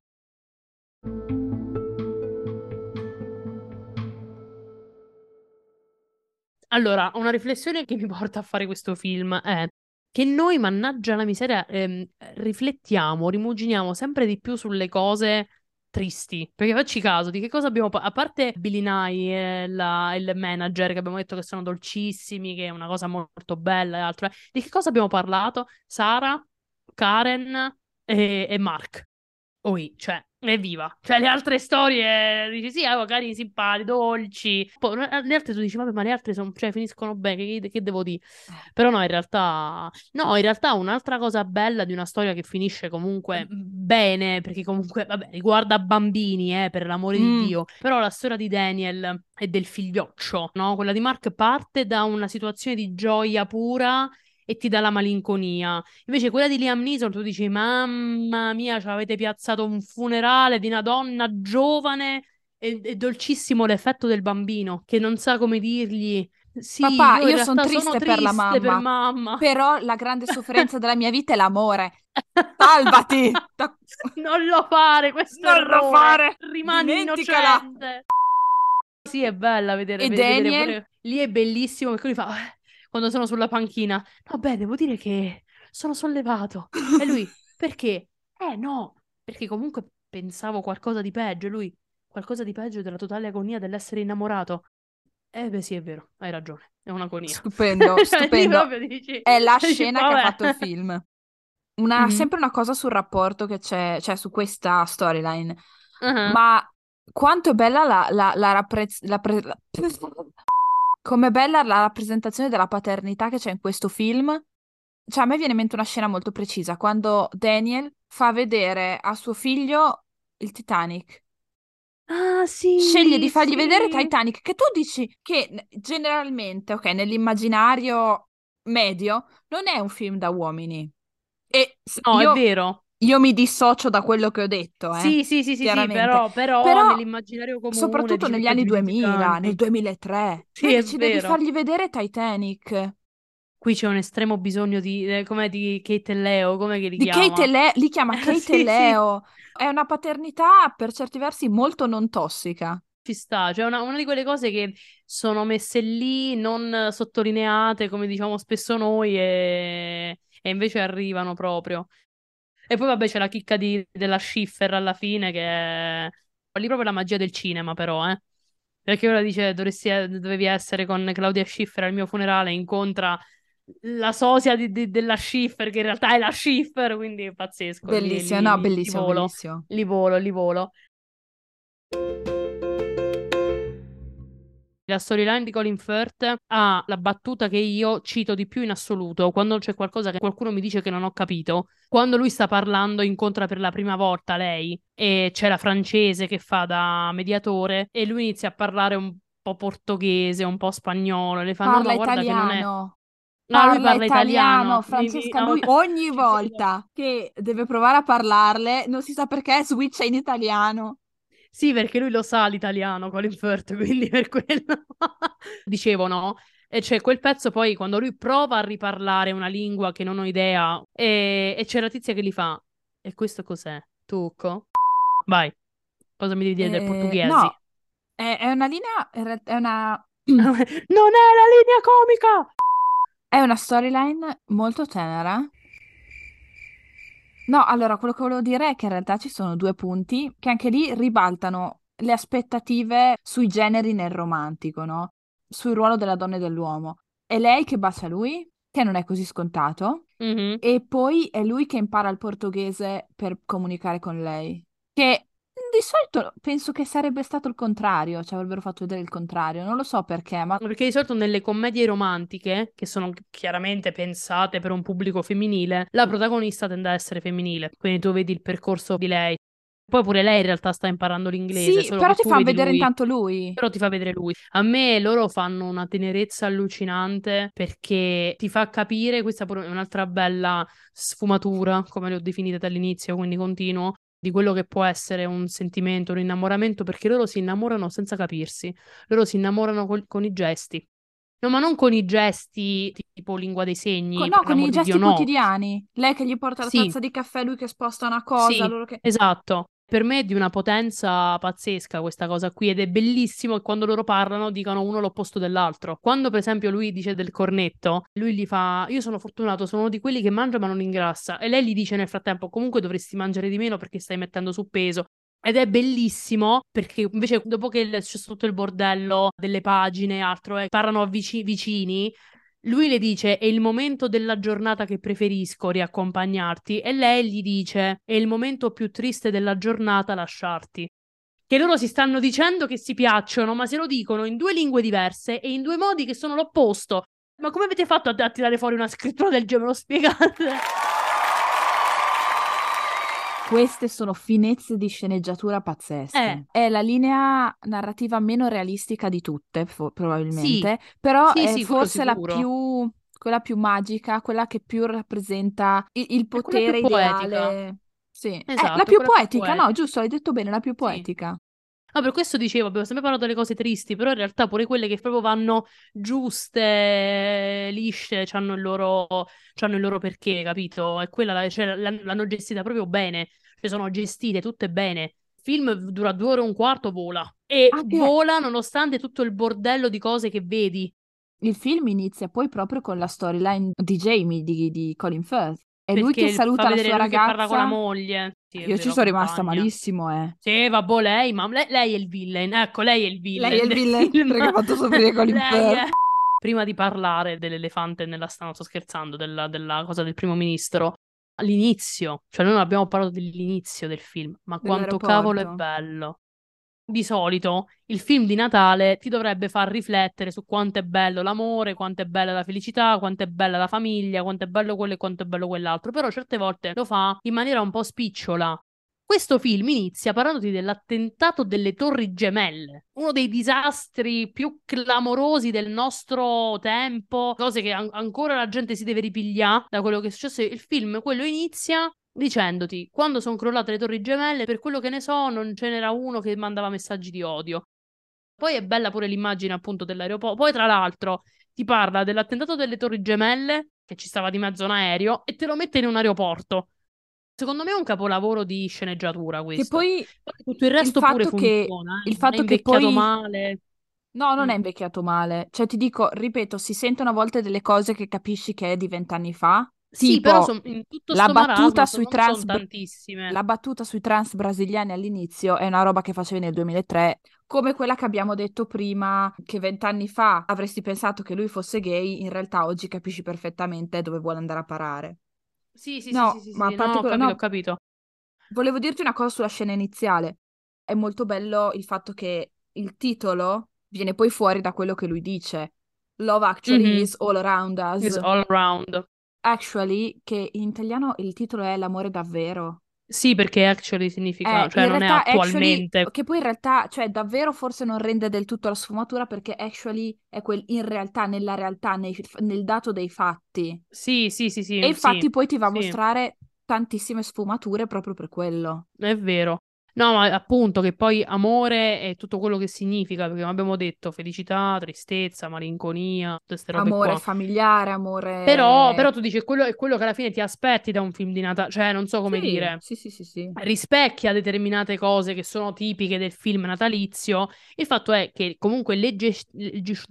[SPEAKER 2] allora, una riflessione che mi porta a fare questo film è che noi, mannaggia la miseria, ehm, riflettiamo, rimuginiamo sempre di più sulle cose tristi, perché facci caso di che cosa abbiamo pa- a parte Billy Nye e la- il manager che abbiamo detto che sono dolcissimi, che è una cosa molto bella e altro, eh, di che cosa abbiamo parlato? Sara, Karen e, e Mark. Oi, cioè, evviva. Cioè, le altre storie, dici, sì, eh, magari simpatici, dolci. Poi, eh, le altre tu dici, vabbè, ma le altre sono, cioè, finiscono bene, che, che devo dire? Però no, in realtà... No, in realtà un'altra cosa bella di una storia che finisce comunque bene, perché comunque, vabbè, riguarda bambini, eh, per l'amore di
[SPEAKER 1] Mm.
[SPEAKER 2] Dio. Però la storia di Daniel e del figlioccio, no? Quella di Mark parte da una situazione di gioia pura e ti dà la malinconia. Invece quella di Liam Neeson tu dici, mamma mia, ci avete piazzato un funerale di una donna giovane e, e dolcissimo l'effetto del bambino che non sa come dirgli, sì,
[SPEAKER 1] Papà,
[SPEAKER 2] io in
[SPEAKER 1] io sono
[SPEAKER 2] realtà sono
[SPEAKER 1] triste per la
[SPEAKER 2] triste per
[SPEAKER 1] mamma,
[SPEAKER 2] mamma.
[SPEAKER 1] però la grande sofferenza della mia vita è l'amore. Salvati! Da-
[SPEAKER 2] Non lo fare questo
[SPEAKER 1] Non lo
[SPEAKER 2] errore,
[SPEAKER 1] fare!
[SPEAKER 2] rimani
[SPEAKER 1] Dimenticala!
[SPEAKER 2] innocente. Sì, è bella vedere,
[SPEAKER 1] E
[SPEAKER 2] vede- vedere
[SPEAKER 1] Daniel?
[SPEAKER 2] pure lì è bellissimo perché lui fa "Eh", quando sono sulla panchina. Vabbè, devo dire che sono sollevato. E lui, perché? Eh no, perché comunque pensavo qualcosa di peggio. E lui, qualcosa di peggio della totale agonia dell'essere innamorato. Eh beh, sì, è vero, hai ragione, è un'agonia.
[SPEAKER 1] Stupendo,
[SPEAKER 2] Cioè, lì
[SPEAKER 1] stupendo.
[SPEAKER 2] proprio dici,
[SPEAKER 1] È la
[SPEAKER 2] dici,
[SPEAKER 1] scena che ha fatto il
[SPEAKER 2] vabbè.
[SPEAKER 1] film. Una,
[SPEAKER 2] Mhm.
[SPEAKER 1] sempre una cosa sul rapporto che c'è, c'è su questa storyline.
[SPEAKER 2] Ah,
[SPEAKER 1] Ma quanto è bella la, la, la rappre- la pre- la- com'è bella la rappresentazione della paternità che c'è in questo film. Cioè, a me viene in mente una scena molto precisa, quando Daniel fa vedere a suo figlio il Titanic.
[SPEAKER 2] Ah,
[SPEAKER 1] Sceglie
[SPEAKER 2] sì,
[SPEAKER 1] di fargli vedere
[SPEAKER 2] sì.
[SPEAKER 1] Titanic, che tu dici che n- generalmente, ok, nell'immaginario medio, non è un film da uomini. E s-
[SPEAKER 2] No, è
[SPEAKER 1] io,
[SPEAKER 2] vero.
[SPEAKER 1] io mi dissocio da quello che ho detto, eh,
[SPEAKER 2] Sì, sì, sì, sì, sì,
[SPEAKER 1] chiaramente.
[SPEAKER 2] però, però
[SPEAKER 1] Però,
[SPEAKER 2] nell'immaginario comune
[SPEAKER 1] soprattutto
[SPEAKER 2] dici
[SPEAKER 1] negli
[SPEAKER 2] perché
[SPEAKER 1] anni
[SPEAKER 2] giù
[SPEAKER 1] duemila, nel
[SPEAKER 2] giudicanti.
[SPEAKER 1] duemilatré,
[SPEAKER 2] Sì,
[SPEAKER 1] lui
[SPEAKER 2] è
[SPEAKER 1] decide di
[SPEAKER 2] vero.
[SPEAKER 1] fargli vedere Titanic.
[SPEAKER 2] Qui c'è un estremo bisogno di, eh, come di Kate e Leo, come che li
[SPEAKER 1] Di Kate e
[SPEAKER 2] chiama?
[SPEAKER 1] Leo, li chiama
[SPEAKER 2] Eh,
[SPEAKER 1] Kate e
[SPEAKER 2] sì, sì,
[SPEAKER 1] Leo. È una paternità per certi versi molto non tossica.
[SPEAKER 2] ci sta. Cioè una, una di quelle cose che sono messe lì, non sottolineate, come diciamo spesso noi, e, e invece arrivano proprio. E poi vabbè c'è la chicca di- della Schiffer alla fine, che è lì proprio la magia del cinema, però, eh. Perché ora dice dovresti, dovevi essere con Claudia Schiffer al mio funerale, incontra la sosia di- di- della Schiffer, che in realtà è la Schiffer, quindi è pazzesco, li,
[SPEAKER 1] Bellissimo,
[SPEAKER 2] li-
[SPEAKER 1] no,
[SPEAKER 2] li- li
[SPEAKER 1] bellissimo,
[SPEAKER 2] volo,
[SPEAKER 1] bellissimo.
[SPEAKER 2] li volo, li volo. La storyline di Colin Firth ha la battuta che io cito di più in assoluto, quando c'è qualcosa che qualcuno mi dice che non ho capito. Quando lui sta parlando, incontra per la prima volta lei e c'è la francese che fa da mediatore e lui inizia a parlare un po' portoghese, un po' spagnolo, e le fa no,
[SPEAKER 1] Parla
[SPEAKER 2] no, guarda che non è...
[SPEAKER 1] italiano.
[SPEAKER 2] Ah, lui
[SPEAKER 1] Parla
[SPEAKER 2] parla
[SPEAKER 1] italiano.
[SPEAKER 2] italiano. Mi- mi-
[SPEAKER 1] Francesca,
[SPEAKER 2] ah,
[SPEAKER 1] lui
[SPEAKER 2] ok.
[SPEAKER 1] ogni
[SPEAKER 2] Ci credo.
[SPEAKER 1] volta che deve provare a parlarle, non si sa perché, switcha in italiano.
[SPEAKER 2] Sì, perché lui lo sa l'italiano, Colin Firth, quindi per quello dicevo no. E c'è quel pezzo poi quando lui prova a riparlare una lingua che non ho idea e, e c'è la tizia che gli fa e questo cos'è? Tucco? Vai, cosa mi devi dire del
[SPEAKER 1] Eh,
[SPEAKER 2] portoghesi?
[SPEAKER 1] no, è, è una linea, in realtà è una,
[SPEAKER 2] Non è la linea comica!
[SPEAKER 1] è una storyline molto tenera. No, allora, quello che volevo dire è che in realtà ci sono due punti che anche lì ribaltano le aspettative sui generi nel romantico, no? Sul ruolo della donna e dell'uomo. È lei che bacia lui, che non è così scontato,
[SPEAKER 2] Mhm.
[SPEAKER 1] e poi è lui che impara il portoghese per comunicare con lei. Che di solito penso che sarebbe stato il contrario, cioè avrebbero fatto vedere il contrario, non lo so perché, ma
[SPEAKER 2] Perché di solito nelle commedie romantiche, che sono chiaramente pensate per un pubblico femminile, la protagonista tende a essere femminile. Quindi tu vedi il percorso di lei. Poi pure lei in realtà sta imparando l'inglese,
[SPEAKER 1] sì,
[SPEAKER 2] solo
[SPEAKER 1] però
[SPEAKER 2] che
[SPEAKER 1] ti
[SPEAKER 2] tu
[SPEAKER 1] fanno
[SPEAKER 2] vedi
[SPEAKER 1] vedere
[SPEAKER 2] lui.
[SPEAKER 1] intanto lui.
[SPEAKER 2] Però ti fa vedere lui. A me loro fanno una tenerezza allucinante perché ti fa capire, questa pure è un'altra bella sfumatura, come le ho definite dall'inizio, quindi continuo, di quello che può essere un sentimento, un innamoramento, perché loro si innamorano senza capirsi. Loro si innamorano col- con i gesti. No, ma non con i gesti tipo lingua dei
[SPEAKER 1] Co-
[SPEAKER 2] segni,
[SPEAKER 1] no,
[SPEAKER 2] per
[SPEAKER 1] con i
[SPEAKER 2] l'amor di Dio,
[SPEAKER 1] gesti
[SPEAKER 2] no.
[SPEAKER 1] quotidiani. Lei che gli porta la
[SPEAKER 2] Sì,
[SPEAKER 1] tazza di caffè, lui che sposta una cosa,
[SPEAKER 2] sì,
[SPEAKER 1] loro che...
[SPEAKER 2] esatto. Per me è di una potenza pazzesca questa cosa qui ed è bellissimo che quando loro parlano dicano uno l'opposto dell'altro. Quando per esempio lui dice del cornetto, lui gli fa io sono fortunato, sono uno di quelli che mangia ma non ingrassa e lei gli dice nel frattempo comunque dovresti mangiare di meno perché stai mettendo su peso. Ed è bellissimo perché invece dopo che c'è stato tutto il bordello delle pagine e altro, e parlano a vici- vicini, lui le dice è il momento della giornata che preferisco riaccompagnarti e lei gli dice è il momento più triste della giornata lasciarti. Che loro si stanno dicendo che si piacciono, ma se lo dicono in due lingue diverse e in due modi che sono l'opposto. Ma come avete fatto a, a tirare fuori una scrittura del genere? Me lo spiegate?
[SPEAKER 1] Queste sono finezze di sceneggiatura
[SPEAKER 2] Eh,
[SPEAKER 1] pazzesche. È la linea narrativa meno realistica di tutte, fo-
[SPEAKER 2] sì,
[SPEAKER 1] probabilmente, però
[SPEAKER 2] sì,
[SPEAKER 1] è
[SPEAKER 2] sì, quello
[SPEAKER 1] forse la
[SPEAKER 2] sicuro.
[SPEAKER 1] più, quella più magica, quella che più rappresenta il, il
[SPEAKER 2] È quella più
[SPEAKER 1] potere
[SPEAKER 2] poetica.
[SPEAKER 1] ideale. Sì, è la
[SPEAKER 2] Esatto, è
[SPEAKER 1] più
[SPEAKER 2] quella più
[SPEAKER 1] poetica, no,
[SPEAKER 2] poetica.
[SPEAKER 1] giusto, hai detto bene, la più
[SPEAKER 2] Sì.
[SPEAKER 1] poetica.
[SPEAKER 2] No, per questo dicevo, abbiamo sempre parlato delle cose tristi, però in realtà pure quelle che proprio vanno giuste, lisce, c'hanno il loro, c'hanno il loro perché, capito? E quella la- cioè, l'han- l'hanno gestita proprio bene, cioè sono gestite tutte bene. Il film dura due ore e un quarto, vola. E
[SPEAKER 1] Anche
[SPEAKER 2] vola nonostante tutto il bordello di cose che vedi.
[SPEAKER 1] il film inizia poi proprio con la storyline di Jamie, di, di Colin Firth. È lui che
[SPEAKER 2] Perché fa
[SPEAKER 1] saluta la
[SPEAKER 2] vedere
[SPEAKER 1] sua
[SPEAKER 2] lui che parla con la
[SPEAKER 1] ragazza.
[SPEAKER 2] moglie. Sì, è
[SPEAKER 1] Io ci
[SPEAKER 2] vero, la
[SPEAKER 1] sono rimasta
[SPEAKER 2] compagna.
[SPEAKER 1] malissimo, eh.
[SPEAKER 2] Sì, vabbè, lei, ma lei, lei è il villain. Ecco, lei è il
[SPEAKER 1] Lei è
[SPEAKER 2] villain
[SPEAKER 1] il
[SPEAKER 2] del
[SPEAKER 1] villain
[SPEAKER 2] film.
[SPEAKER 1] perché ha fatto soffrire Colin
[SPEAKER 2] Lei
[SPEAKER 1] Firth.
[SPEAKER 2] è... Prima di parlare dell'elefante nella stanza, sto scherzando, della, della cosa del primo ministro, all'inizio, cioè noi non abbiamo parlato dell'inizio del film, ma quanto cavolo è
[SPEAKER 1] Dell'aeroporto.
[SPEAKER 2] bello. Di solito il film di Natale ti dovrebbe far riflettere su quanto è bello l'amore, quanto è bella la felicità, quanto è bella la famiglia, quanto è bello quello e quanto è bello quell'altro, però certe volte lo fa in maniera un po' spicciola. Questo film inizia parlandoti dell'attentato delle Torri Gemelle, uno dei disastri più clamorosi del nostro tempo, cose che an- ancora la gente si deve ripigliare da quello che è successo. Il film, quello inizia dicendoti, quando sono crollate le Torri Gemelle, per quello che ne so, non ce n'era uno che mandava messaggi di odio. Poi è bella pure l'immagine appunto dell'aeroporto. Poi tra l'altro ti parla dell'attentato delle Torri Gemelle, che ci stava di mezzo un aereo, e te lo mette in un aeroporto. Secondo me è un capolavoro di sceneggiatura
[SPEAKER 1] Che
[SPEAKER 2] questo.
[SPEAKER 1] poi
[SPEAKER 2] Poi tutto il
[SPEAKER 1] il
[SPEAKER 2] resto pure
[SPEAKER 1] fatto che,
[SPEAKER 2] funziona, eh.
[SPEAKER 1] il
[SPEAKER 2] Non è
[SPEAKER 1] fatto che
[SPEAKER 2] invecchiato
[SPEAKER 1] poi,
[SPEAKER 2] male.
[SPEAKER 1] no, non
[SPEAKER 2] Mm.
[SPEAKER 1] è invecchiato male. Cioè, ti dico, ripeto, si sentono a volte delle cose che capisci che è di vent'anni fa,
[SPEAKER 2] Sì, però
[SPEAKER 1] tipo
[SPEAKER 2] son- in tutto
[SPEAKER 1] la
[SPEAKER 2] sto
[SPEAKER 1] battuta
[SPEAKER 2] marasma son-
[SPEAKER 1] sui
[SPEAKER 2] non sono
[SPEAKER 1] trans, br-
[SPEAKER 2] tantissime.
[SPEAKER 1] la battuta sui trans brasiliani all'inizio è una roba che facevi nel duemilatré, come quella che abbiamo detto prima, che vent'anni fa avresti pensato che lui fosse gay, in realtà oggi capisci perfettamente dove vuole andare a parare.
[SPEAKER 2] Sì, sì, sì, sì,
[SPEAKER 1] No,
[SPEAKER 2] sì,
[SPEAKER 1] ma a
[SPEAKER 2] sì, no,
[SPEAKER 1] parte
[SPEAKER 2] ho
[SPEAKER 1] quello,
[SPEAKER 2] capito, ho
[SPEAKER 1] no,
[SPEAKER 2] capito.
[SPEAKER 1] volevo dirti una cosa sulla scena iniziale. È molto bello il fatto che il titolo viene poi fuori da quello che lui dice. Love actually
[SPEAKER 2] Mhm.
[SPEAKER 1] is all around
[SPEAKER 2] Is
[SPEAKER 1] us.
[SPEAKER 2] all around.
[SPEAKER 1] Actually, che in italiano il titolo è L'amore davvero.
[SPEAKER 2] Sì, perché actually significa,
[SPEAKER 1] Eh,
[SPEAKER 2] cioè
[SPEAKER 1] in
[SPEAKER 2] non è
[SPEAKER 1] realtà, actually,
[SPEAKER 2] attualmente.
[SPEAKER 1] che poi in realtà, cioè davvero forse non rende del tutto la sfumatura perché actually è quel in realtà, nella realtà, nei- nel dato dei fatti.
[SPEAKER 2] Sì, sì, sì,
[SPEAKER 1] E
[SPEAKER 2] sì, sì,
[SPEAKER 1] infatti poi ti va a
[SPEAKER 2] sì,
[SPEAKER 1] mostrare tantissime sfumature proprio per quello.
[SPEAKER 2] è vero. No, ma appunto che poi amore è tutto quello che significa, perché come abbiamo detto, felicità, tristezza, malinconia, tutte queste robe
[SPEAKER 1] Amore
[SPEAKER 2] qua.
[SPEAKER 1] familiare,
[SPEAKER 2] Però, però
[SPEAKER 1] amore.
[SPEAKER 2] tu dici, è quello, è quello che alla fine ti aspetti da un film di Natale, cioè non so come
[SPEAKER 1] Sì,
[SPEAKER 2] dire,
[SPEAKER 1] sì, sì, sì, sì.
[SPEAKER 2] rispecchia determinate cose che sono tipiche del film natalizio. Il fatto è che comunque le ges- le ges-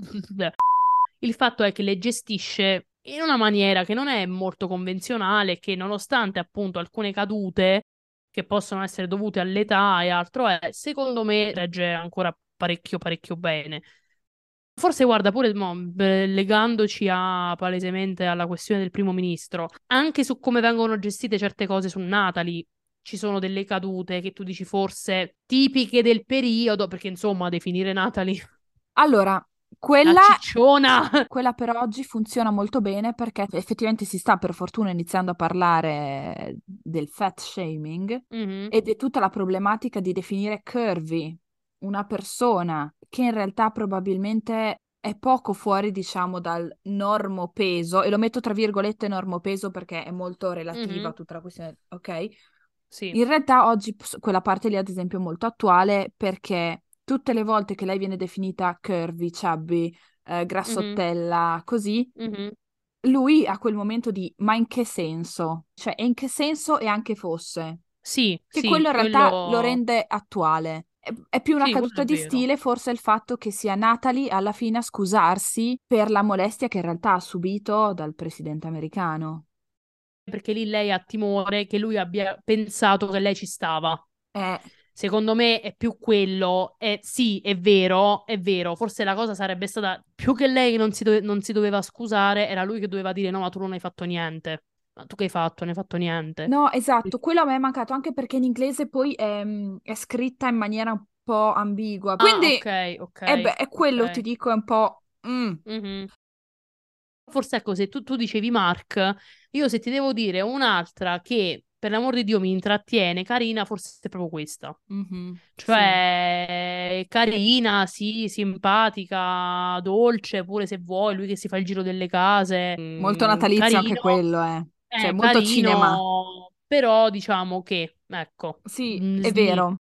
[SPEAKER 2] il fatto è che le gestisce in una maniera che non è molto convenzionale, che nonostante appunto alcune cadute che possono essere dovute all'età e altro è, secondo me regge ancora parecchio parecchio bene. Forse guarda pure mo, beh, legandoci a, palesemente alla questione del primo ministro, anche su come vengono gestite certe cose su Natalie, ci sono delle cadute che tu dici forse tipiche del periodo, perché insomma definire Natalie
[SPEAKER 1] Allora,
[SPEAKER 2] la
[SPEAKER 1] quella,
[SPEAKER 2] cicciona.
[SPEAKER 1] quella per oggi funziona molto bene perché effettivamente si sta per fortuna iniziando a parlare del fat shaming
[SPEAKER 2] Mhm,
[SPEAKER 1] ed è tutta la problematica di definire curvy una persona che in realtà probabilmente è poco fuori, diciamo, dal normopeso, e lo metto tra virgolette normopeso perché è molto relativa
[SPEAKER 2] mhm,
[SPEAKER 1] tutta la questione, ok?
[SPEAKER 2] sì.
[SPEAKER 1] In realtà oggi ps- quella parte lì, ad esempio, è molto attuale perché tutte le volte che lei viene definita curvy, chubby, eh,
[SPEAKER 2] Mhm,
[SPEAKER 1] grassottella, così,
[SPEAKER 2] mhm.
[SPEAKER 1] lui ha quel momento di ma in che senso? Cioè, e in che senso e anche fosse?
[SPEAKER 2] Sì,
[SPEAKER 1] Che
[SPEAKER 2] sì,
[SPEAKER 1] quello in realtà lo
[SPEAKER 2] quello...
[SPEAKER 1] rende attuale. È, è più una
[SPEAKER 2] Sì, quello
[SPEAKER 1] caduta
[SPEAKER 2] è
[SPEAKER 1] di
[SPEAKER 2] vero.
[SPEAKER 1] stile, forse il fatto che sia Natalie alla fine a scusarsi per la molestia che in realtà ha subito dal presidente americano.
[SPEAKER 2] Perché lì lei ha timore che lui abbia pensato che lei ci stava.
[SPEAKER 1] Eh.
[SPEAKER 2] Secondo me è più quello, e sì, è vero, è vero, forse la cosa sarebbe stata, più che lei non si, dove- non si doveva scusare, era lui che doveva dire no, ma tu non hai fatto niente. Ma tu che hai fatto? Non hai fatto niente.
[SPEAKER 1] No, esatto, quello a me è mancato anche perché in inglese poi è, mm, è scritta in maniera un po' ambigua.
[SPEAKER 2] Ah,
[SPEAKER 1] Quindi
[SPEAKER 2] ok, ok,
[SPEAKER 1] è, be- è quello, ti
[SPEAKER 2] ok.
[SPEAKER 1] dico, è un po'... mm.
[SPEAKER 2] Mhm. Forse ecco, se tu, tu dicevi Mark, io se ti devo dire un'altra che per l'amor di Dio mi intrattiene, carina, forse è proprio questa.
[SPEAKER 1] Mhm, sì,
[SPEAKER 2] Cioè, carina, sì, simpatica, dolce, pure se vuoi, lui che si fa il giro delle case,
[SPEAKER 1] molto
[SPEAKER 2] mm,
[SPEAKER 1] natalizio anche
[SPEAKER 2] carino,
[SPEAKER 1] quello, eh. Cioè
[SPEAKER 2] eh,
[SPEAKER 1] molto cinema.
[SPEAKER 2] carino, però diciamo che, ecco,
[SPEAKER 1] Sì,
[SPEAKER 2] mm,
[SPEAKER 1] è
[SPEAKER 2] sni.
[SPEAKER 1] vero.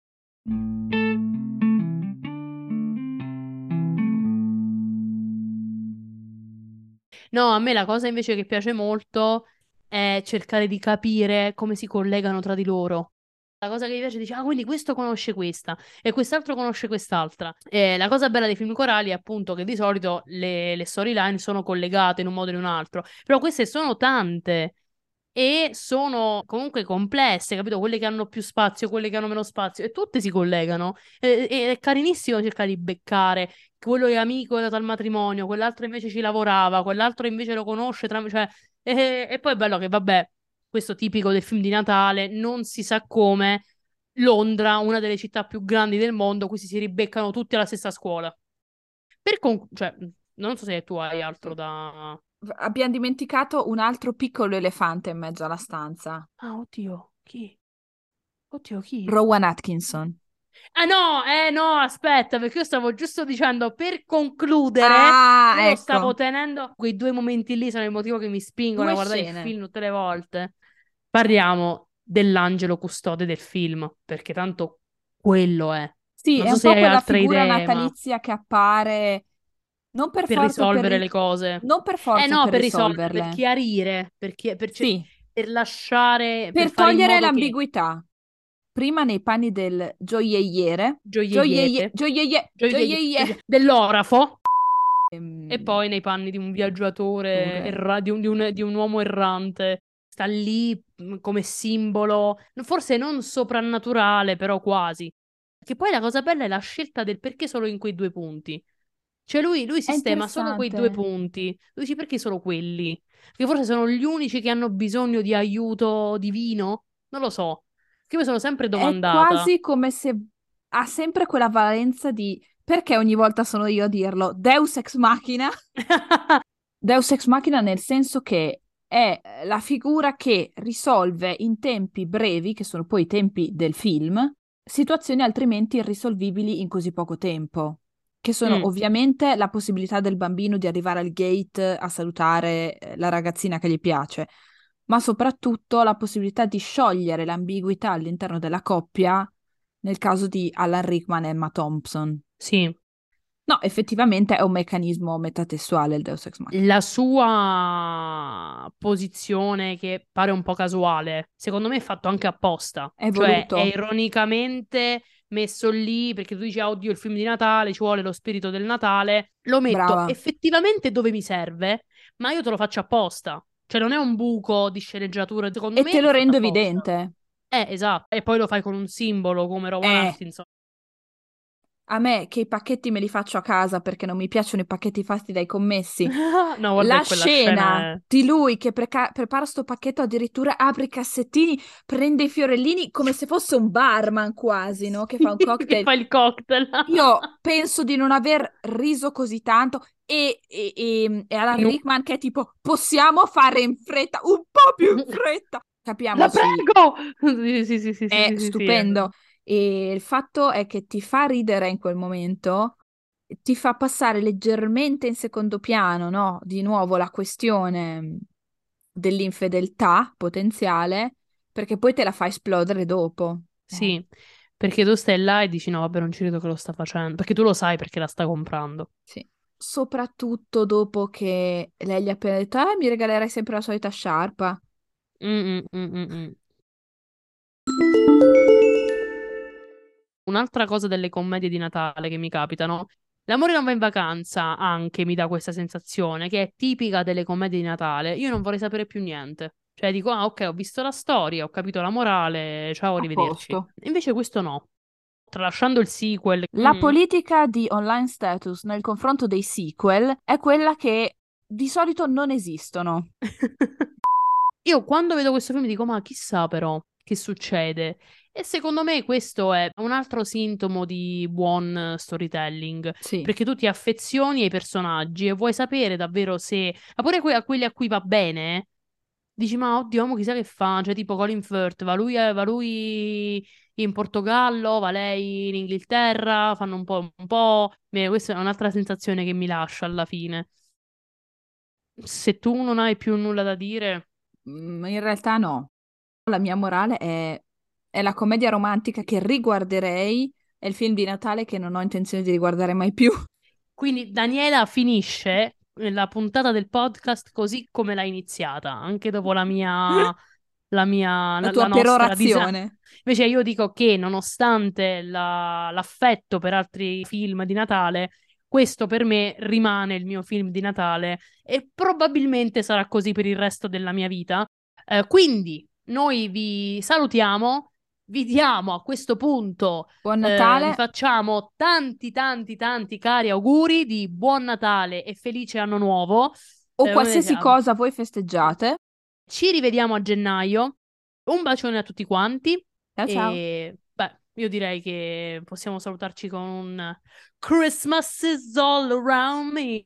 [SPEAKER 2] No, a me la cosa invece che piace molto è cercare di capire come si collegano tra di loro. La cosa che mi piace dice, ah, quindi questo conosce questa e quest'altro conosce quest'altra. E la cosa bella dei film corali è appunto che di solito le, le storyline sono collegate in un modo o in un altro, però queste sono tante e sono comunque complesse, capito? Quelle che hanno più spazio, quelle che hanno meno spazio e tutte si collegano. E, e- è carinissimo cercare di beccare quello è amico è dato al matrimonio, quell'altro invece ci lavorava, quell'altro invece lo conosce, tram- cioè, e, e poi è bello che, vabbè, questo tipico del film di Natale, non si sa come Londra, una delle città più grandi del mondo, questi si ribeccano tutti alla stessa scuola. Per con- cioè, non so se tu hai altro da...
[SPEAKER 1] Abbiamo dimenticato un altro piccolo elefante in mezzo alla stanza.
[SPEAKER 2] Ah, oddio, chi? Oddio, chi?
[SPEAKER 1] Rowan Atkinson.
[SPEAKER 2] Ah no, eh no, aspetta, perché io stavo giusto dicendo, per concludere,
[SPEAKER 1] Ah,
[SPEAKER 2] io lo
[SPEAKER 1] ecco,
[SPEAKER 2] stavo tenendo, quei due momenti lì sono il motivo che mi spingono a
[SPEAKER 1] due
[SPEAKER 2] guardare il
[SPEAKER 1] scene.
[SPEAKER 2] film tutte le volte. Parliamo dell'angelo custode del film, perché tanto quello è.
[SPEAKER 1] Sì,
[SPEAKER 2] Non
[SPEAKER 1] è
[SPEAKER 2] so
[SPEAKER 1] un
[SPEAKER 2] se
[SPEAKER 1] po'
[SPEAKER 2] hai
[SPEAKER 1] quella
[SPEAKER 2] altre
[SPEAKER 1] figura
[SPEAKER 2] idee, ma
[SPEAKER 1] natalizia che appare non per
[SPEAKER 2] per
[SPEAKER 1] forza per,
[SPEAKER 2] risolvere
[SPEAKER 1] ri-
[SPEAKER 2] le cose.
[SPEAKER 1] non per
[SPEAKER 2] Eh
[SPEAKER 1] forza
[SPEAKER 2] no,
[SPEAKER 1] per
[SPEAKER 2] per risolvere, per
[SPEAKER 1] risolverle.
[SPEAKER 2] chiarire, per, chi- per cer-
[SPEAKER 1] Sì,
[SPEAKER 2] per lasciare, per
[SPEAKER 1] per
[SPEAKER 2] fare in
[SPEAKER 1] togliere
[SPEAKER 2] modo che
[SPEAKER 1] l'ambiguità. Prima nei panni del gioielliere, gioieie,
[SPEAKER 2] gioielliere,
[SPEAKER 1] gioieie,
[SPEAKER 2] gioielliere,
[SPEAKER 1] gioieie.
[SPEAKER 2] gioie- dell'orafo. E
[SPEAKER 1] Ehm,
[SPEAKER 2] poi nei panni di un viaggiatore,
[SPEAKER 1] pure.
[SPEAKER 2] erra- di un, di un- di un uomo errante. Sta lì mh, come simbolo, forse non soprannaturale, però quasi. Che poi la cosa bella è la scelta del perché solo in quei due punti. Cioè lui, lui
[SPEAKER 1] È
[SPEAKER 2] sistema solo quei due
[SPEAKER 1] interessante.
[SPEAKER 2] punti. Tu dici perché solo quelli? Perché forse sono gli unici che hanno bisogno di aiuto divino? Non lo so. Che io mi sono sempre
[SPEAKER 1] È
[SPEAKER 2] domandata.
[SPEAKER 1] quasi come se ha sempre quella valenza di perché ogni volta sono io a dirlo? Deus ex machina? Deus ex machina nel senso che è eh, la figura che risolve in tempi brevi, che sono poi i tempi del film, situazioni altrimenti irrisolvibili in così poco tempo, che sono
[SPEAKER 2] Mm,
[SPEAKER 1] ovviamente la possibilità del bambino di arrivare al gate a salutare eh, la ragazzina che gli piace, ma soprattutto la possibilità di sciogliere l'ambiguità all'interno della coppia nel caso di Alan Rickman e Emma Thompson.
[SPEAKER 2] sì.
[SPEAKER 1] No, effettivamente è un meccanismo metatestuale il Deus Ex Machina.
[SPEAKER 2] La sua posizione che pare un po' casuale, secondo me è fatto anche apposta,
[SPEAKER 1] È
[SPEAKER 2] cioè è
[SPEAKER 1] voluto.
[SPEAKER 2] ironicamente messo lì perché tu dici, ah, oddio, il film di Natale, ci vuole lo spirito del Natale, lo metto
[SPEAKER 1] Brava.
[SPEAKER 2] effettivamente dove mi serve, ma io te lo faccio apposta, cioè non è un buco di sceneggiatura, secondo
[SPEAKER 1] E
[SPEAKER 2] me
[SPEAKER 1] te
[SPEAKER 2] è
[SPEAKER 1] lo
[SPEAKER 2] fatto
[SPEAKER 1] rendo
[SPEAKER 2] apposta.
[SPEAKER 1] evidente.
[SPEAKER 2] Eh, esatto, e poi lo fai con un simbolo come Rowan
[SPEAKER 1] Eh,
[SPEAKER 2] Atkinson.
[SPEAKER 1] a me che i pacchetti me li faccio a casa perché non mi piacciono i pacchetti fatti dai commessi.
[SPEAKER 2] No, guarda,
[SPEAKER 1] La
[SPEAKER 2] che quella
[SPEAKER 1] scena
[SPEAKER 2] scena è...
[SPEAKER 1] di lui che preca- prepara sto pacchetto, addirittura apre i cassettini, prende i fiorellini come se fosse un barman quasi, no? Che fa un
[SPEAKER 2] che
[SPEAKER 1] cocktail.
[SPEAKER 2] fa il cocktail.
[SPEAKER 1] Io penso di non aver riso così tanto e, e, e, e Alan
[SPEAKER 2] In un-
[SPEAKER 1] Rickman che è tipo, possiamo fare in fretta, un po' più in fretta.
[SPEAKER 2] La
[SPEAKER 1] Capiamoci,
[SPEAKER 2] prego! Sì, sì, sì, sì, sì,
[SPEAKER 1] è
[SPEAKER 2] sì, sì, sì, eh.
[SPEAKER 1] stupendo. E il fatto è che ti fa ridere in quel momento, ti fa passare leggermente in secondo piano, no? Di nuovo la questione dell'infedeltà potenziale, perché poi te la fa esplodere dopo. Eh,
[SPEAKER 2] Sì, perché tu stai là e dici no, vabbè, non ci credo che lo sta facendo, perché tu lo sai perché la sta comprando.
[SPEAKER 1] sì. Soprattutto dopo che lei gli ha appena detto, eh, mi regalerai sempre la solita sciarpa.
[SPEAKER 2] Mm, mm, mm, mm, mm. Un'altra cosa delle commedie di Natale che mi capitano, L'amore non va in vacanza anche mi dà questa sensazione, che è tipica delle commedie di Natale. Io non vorrei sapere più niente. Cioè dico, ah ok, ho visto la storia, ho capito la morale, ciao,
[SPEAKER 1] A
[SPEAKER 2] arrivederci.
[SPEAKER 1] posto.
[SPEAKER 2] Invece questo no. Tralasciando il sequel.
[SPEAKER 1] La
[SPEAKER 2] mm.
[SPEAKER 1] politica di online status nel confronto dei sequel è quella che di solito non esistono.
[SPEAKER 2] Io quando vedo questo film dico, ma chissà però che succede. E secondo me questo è un altro sintomo di buon storytelling,
[SPEAKER 1] Sì.
[SPEAKER 2] perché tu ti affezioni ai personaggi e vuoi sapere davvero se... Ma pure que- a quelli a cui va bene, dici, ma oddio, mo chissà che fa, cioè tipo Colin Firth, va lui, va lui in Portogallo, va lei in Inghilterra, fanno un po', un po'... Beh, questa è un'altra sensazione che mi lascia alla fine. Se tu non hai più nulla da dire...
[SPEAKER 1] Mm, in realtà no. La mia morale è, è la commedia romantica che riguarderei, è il film di Natale che non ho intenzione di riguardare mai più.
[SPEAKER 2] Quindi Daniela finisce la puntata del podcast così come l'ha iniziata, anche dopo la mia, la mia,
[SPEAKER 1] La
[SPEAKER 2] la,
[SPEAKER 1] tua
[SPEAKER 2] la nostra disa...
[SPEAKER 1] perorazione.
[SPEAKER 2] Invece io dico che nonostante la- l'affetto per altri film di Natale, questo per me rimane il mio film di Natale e probabilmente sarà così per il resto della mia vita. Eh, quindi noi vi salutiamo, vi diamo a questo punto
[SPEAKER 1] Buon
[SPEAKER 2] eh, vi
[SPEAKER 1] Natale
[SPEAKER 2] facciamo tanti, tanti, tanti cari auguri di buon Natale e felice anno nuovo.
[SPEAKER 1] o
[SPEAKER 2] Eh, come
[SPEAKER 1] qualsiasi
[SPEAKER 2] diciamo,
[SPEAKER 1] cosa voi festeggiate.
[SPEAKER 2] ci rivediamo a gennaio. Un bacione a tutti quanti
[SPEAKER 1] Ciao ciao.
[SPEAKER 2] e beh, io direi che possiamo salutarci con un Christmas is all around me.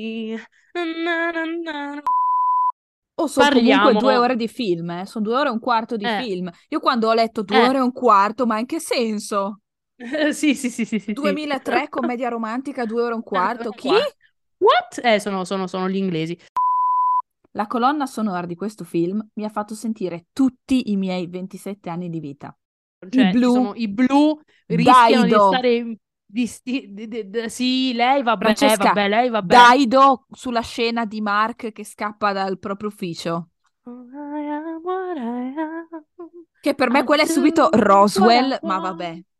[SPEAKER 2] Na, na, na.
[SPEAKER 1] O sono comunque
[SPEAKER 2] Parliamo.
[SPEAKER 1] due ore di film, eh. Sono due ore e un quarto di
[SPEAKER 2] Eh,
[SPEAKER 1] film. Io quando ho letto due
[SPEAKER 2] eh.
[SPEAKER 1] ore e un quarto, ma in che senso?
[SPEAKER 2] Sì, sì, sì, sì, sì, sì.
[SPEAKER 1] duemilatré, commedia romantica, due ore e un quarto. Chi?
[SPEAKER 2] Qua. What? Eh, sono, sono, sono gli inglesi.
[SPEAKER 1] La colonna sonora di questo film mi ha fatto sentire tutti i miei ventisette anni di vita. I
[SPEAKER 2] Cioè, ci
[SPEAKER 1] blu,
[SPEAKER 2] sono i blu, rischiano di
[SPEAKER 1] Daido,
[SPEAKER 2] stare... Di sti- di- di- di- sì, lei vabbè,
[SPEAKER 1] Francesca,
[SPEAKER 2] vabbè, lei vabbè.
[SPEAKER 1] Daido sulla scena di Mark che scappa dal proprio ufficio.
[SPEAKER 2] I am what I am.
[SPEAKER 1] Che per me
[SPEAKER 2] I
[SPEAKER 1] quella è subito
[SPEAKER 2] do what I
[SPEAKER 1] Roswell, ma
[SPEAKER 2] want.
[SPEAKER 1] vabbè.